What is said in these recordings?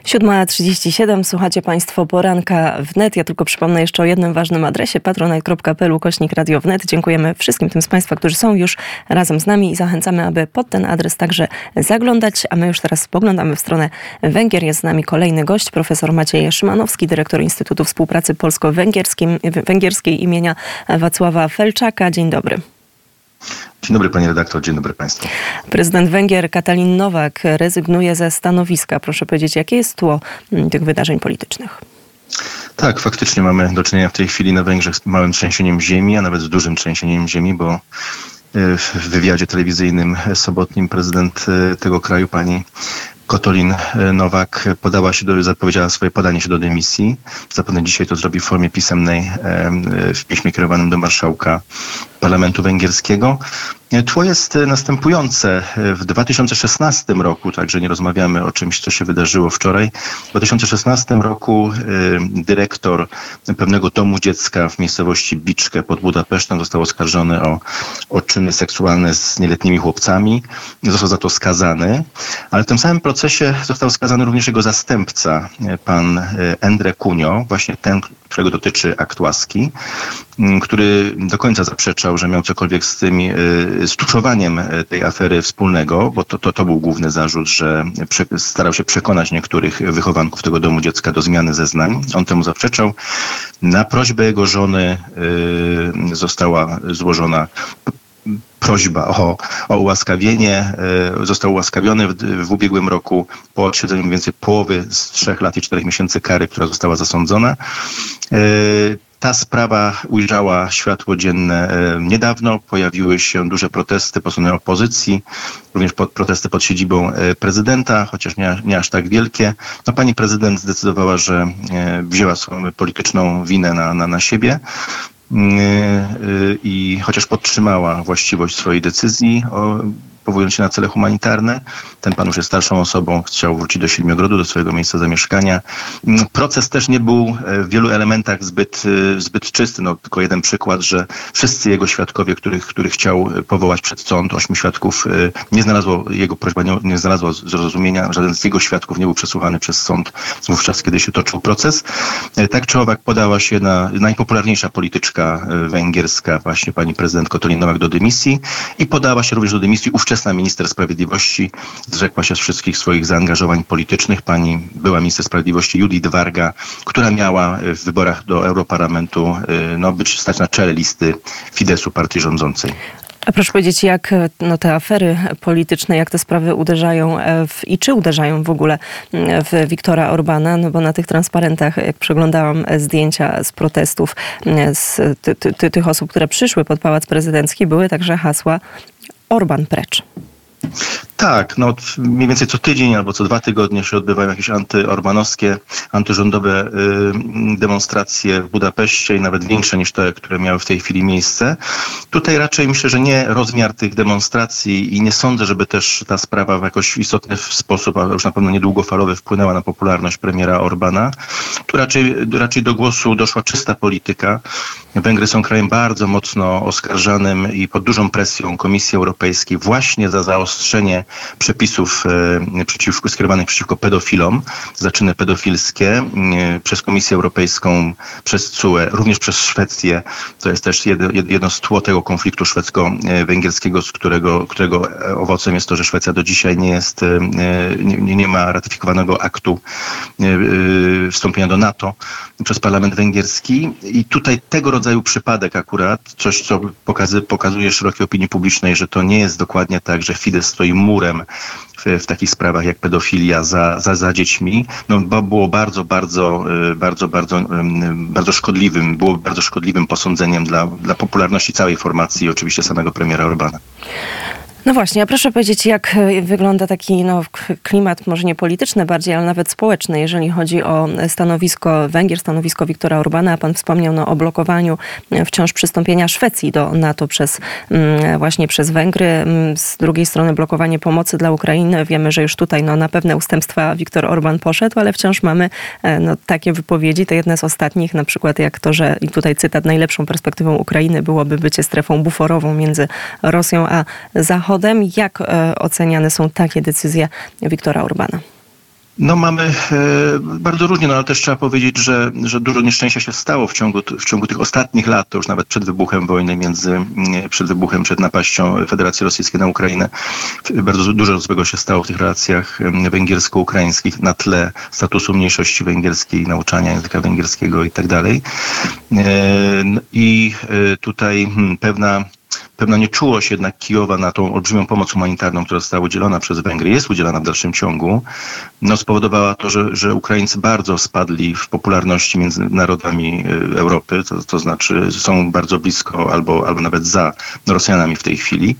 7:37. Słuchacie Państwo poranka wnet. Ja tylko przypomnę jeszcze o jednym ważnym adresie: patronite.pl/Radio wnet. Dziękujemy wszystkim tym z Państwa, którzy są już razem z nami i zachęcamy, aby pod ten adres także zaglądać. A my już teraz spoglądamy w stronę Węgier. Jest z nami kolejny gość, profesor Maciej Szymanowski, dyrektor Instytutu Współpracy Polsko-Węgierskiej imienia Wacława Felczaka. Dzień dobry. Dzień dobry pani redaktor, dzień dobry państwu. Prezydent Węgier Katalin Nowak rezygnuje ze stanowiska. Proszę powiedzieć, jakie jest tło tych wydarzeń politycznych? Tak, faktycznie mamy do czynienia w tej chwili na Węgrzech z małym trzęsieniem ziemi, a nawet z dużym trzęsieniem ziemi, bo w wywiadzie telewizyjnym sobotnim prezydent tego kraju, pani Katalin Nowak, zapowiedziała swoje podanie się do dymisji. Zapewne dzisiaj to zrobi w formie pisemnej w piśmie kierowanym do marszałka parlamentu węgierskiego. Tło jest następujące. W 2016 roku, także nie rozmawiamy o czymś, co się wydarzyło wczoraj, w 2016 roku dyrektor pewnego domu dziecka w miejscowości Biczke pod Budapesztem został oskarżony o czyny seksualne z nieletnimi chłopcami. Został za to skazany, ale w tym samym procesie został skazany również jego zastępca, pan Endre Kunio, właśnie ten, którego dotyczy akt łaski, który do końca zaprzeczał, że miał cokolwiek z tuszowaniem tej afery wspólnego, bo to był główny zarzut, że starał się przekonać niektórych wychowanków tego domu dziecka do zmiany zeznań. On temu zaprzeczał. Na prośbę jego żony została złożona prośba o ułaskawienie. Został ułaskawiony w ubiegłym roku po odsiedzeniu mniej więcej połowy z 3 lat i 4 miesięcy kary, która została zasądzona. Ta sprawa ujrzała światło dzienne niedawno. Pojawiły się duże protesty po stronie opozycji, również protesty pod siedzibą prezydenta, chociaż nie aż tak wielkie. No, pani prezydent zdecydowała, że wzięła swoją polityczną winę na siebie. I chociaż podtrzymała właściwość swojej decyzji, powołując się na cele humanitarne, ten pan już jest starszą osobą, chciał wrócić do Siedmiogrodu, do swojego miejsca zamieszkania. Proces też nie był w wielu elementach zbyt czysty. No, tylko jeden przykład, że wszyscy jego świadkowie, których chciał powołać przed sąd, 8 świadków, jego prośba nie znalazła zrozumienia. Żaden z jego świadków nie był przesłuchany przez sąd wówczas, kiedy się toczył proces. Tak czy owak podała się najpopularniejsza polityczka węgierska, właśnie pani prezydent Katalin Nowak, do dymisji i podała się również do dymisji ówczesna minister sprawiedliwości. Zrzekła się z wszystkich swoich zaangażowań politycznych. Pani była minister sprawiedliwości Judith Varga, która miała w wyborach do Europarlamentu stać na czele listy Fideszu, partii rządzącej. A proszę powiedzieć, jak te afery polityczne, jak te sprawy uderzają i czy uderzają w ogóle w Viktora Orbana? No bo na tych transparentach, jak przeglądałam zdjęcia z protestów tych osób, które przyszły pod Pałac Prezydencki, były także hasła Orban precz. Tak, mniej więcej co tydzień albo co 2 tygodnie się odbywają jakieś antyorbanowskie, antyrządowe demonstracje w Budapeszcie i nawet większe niż te, które miały w tej chwili miejsce. Tutaj raczej myślę, że nie rozmiar tych demonstracji i nie sądzę, żeby też ta sprawa w jakoś istotny sposób, a już na pewno niedługofalowy, wpłynęła na popularność premiera Orbana. Tu raczej do głosu doszła czysta polityka. Węgry są krajem bardzo mocno oskarżanym i pod dużą presją Komisji Europejskiej właśnie za zaostrzenie przepisów skierowanych przeciwko pedofilom, za czyny pedofilskie przez Komisję Europejską, przez TSUE, również przez Szwecję. To jest też jedno z tło tego konfliktu szwedzko-węgierskiego, z którego owocem jest to, że Szwecja do dzisiaj nie ma ratyfikowanego aktu wstąpienia do NATO przez parlament węgierski. I tutaj tego rodzaju przypadek akurat, coś co pokazuje szerokiej opinii publicznej, że to nie jest dokładnie tak, że Fidesz stoi murem w takich sprawach jak pedofilia za dziećmi, było bardzo szkodliwym posądzeniem dla popularności całej formacji i oczywiście samego premiera Orbana. No właśnie, a proszę powiedzieć, jak wygląda taki klimat, może nie polityczny bardziej, ale nawet społeczny, jeżeli chodzi o stanowisko Węgier, stanowisko Viktora Orbana. A pan wspomniał o blokowaniu wciąż przystąpienia Szwecji do NATO właśnie przez Węgry. Z drugiej strony blokowanie pomocy dla Ukrainy. Wiemy, że już tutaj na pewne ustępstwa Viktor Orban poszedł, ale wciąż mamy takie wypowiedzi, te jedne z ostatnich, na przykład jak to, że, i tutaj cytat, najlepszą perspektywą Ukrainy byłoby bycie strefą buforową między Rosją a Zachodem. Jak oceniane są takie decyzje Viktora Orbana? No mamy bardzo różnie, no ale też trzeba powiedzieć, że dużo nieszczęścia się stało w ciągu tych ostatnich lat, to już nawet przed wybuchem wojny przed napaścią Federacji Rosyjskiej na Ukrainę. Bardzo dużo złego się stało w tych relacjach węgiersko-ukraińskich na tle statusu mniejszości węgierskiej, nauczania języka węgierskiego i tak dalej. I tutaj pewna nieczułość jednak Kijowa na tą olbrzymią pomoc humanitarną, która została udzielona przez Węgry, jest udzielana w dalszym ciągu, no spowodowała to, że Ukraińcy bardzo spadli w popularności między narodami Europy, to znaczy są bardzo blisko albo nawet za Rosjanami w tej chwili.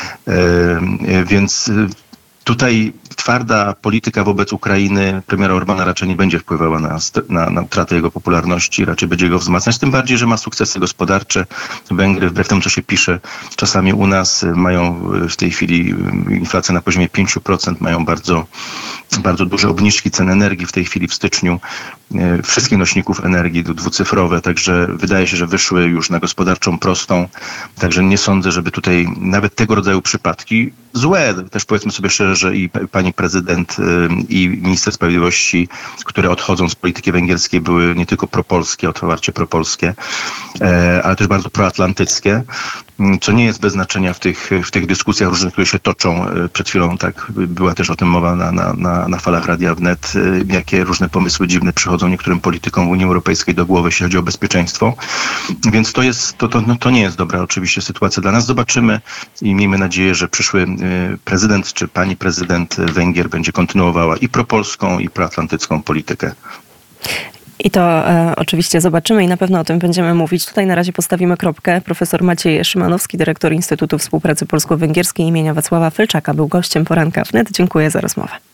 Więc tutaj twarda polityka wobec Ukrainy premiera Orbana raczej nie będzie wpływała na utratę jego popularności, raczej będzie go wzmacniać, tym bardziej, że ma sukcesy gospodarcze. Węgry, wbrew temu, co się pisze czasami u nas, mają w tej chwili inflację na poziomie 5%, mają bardzo, bardzo duże obniżki cen energii w tej chwili w styczniu, wszystkich nośników energii dwucyfrowe, także wydaje się, że wyszły już na gospodarczą prostą, także nie sądzę, żeby tutaj nawet tego rodzaju przypadki złe, też powiedzmy sobie szczerze, że i pani prezydent i minister sprawiedliwości, które odchodzą z polityki węgierskiej, były nie tylko propolskie, otwarcie propolskie, ale też bardzo proatlantyckie, co nie jest bez znaczenia w tych dyskusjach różnych, które się toczą. Przed chwilą tak była też o tym mowa na falach Radia Wnet, jakie różne pomysły dziwne przychodzą niektórym politykom w Unii Europejskiej do głowy, jeśli chodzi o bezpieczeństwo. Więc to nie jest dobra oczywiście sytuacja dla nas. Zobaczymy i miejmy nadzieję, że przyszły prezydent czy pani prezydent Węgier będzie kontynuowała i propolską, i proatlantycką politykę. I to oczywiście zobaczymy i na pewno o tym będziemy mówić. Tutaj na razie postawimy kropkę. Profesor Maciej Szymanowski, dyrektor Instytutu Współpracy Polsko-Węgierskiej imienia Wacława Felczaka, był gościem poranka wnet. Dziękuję za rozmowę.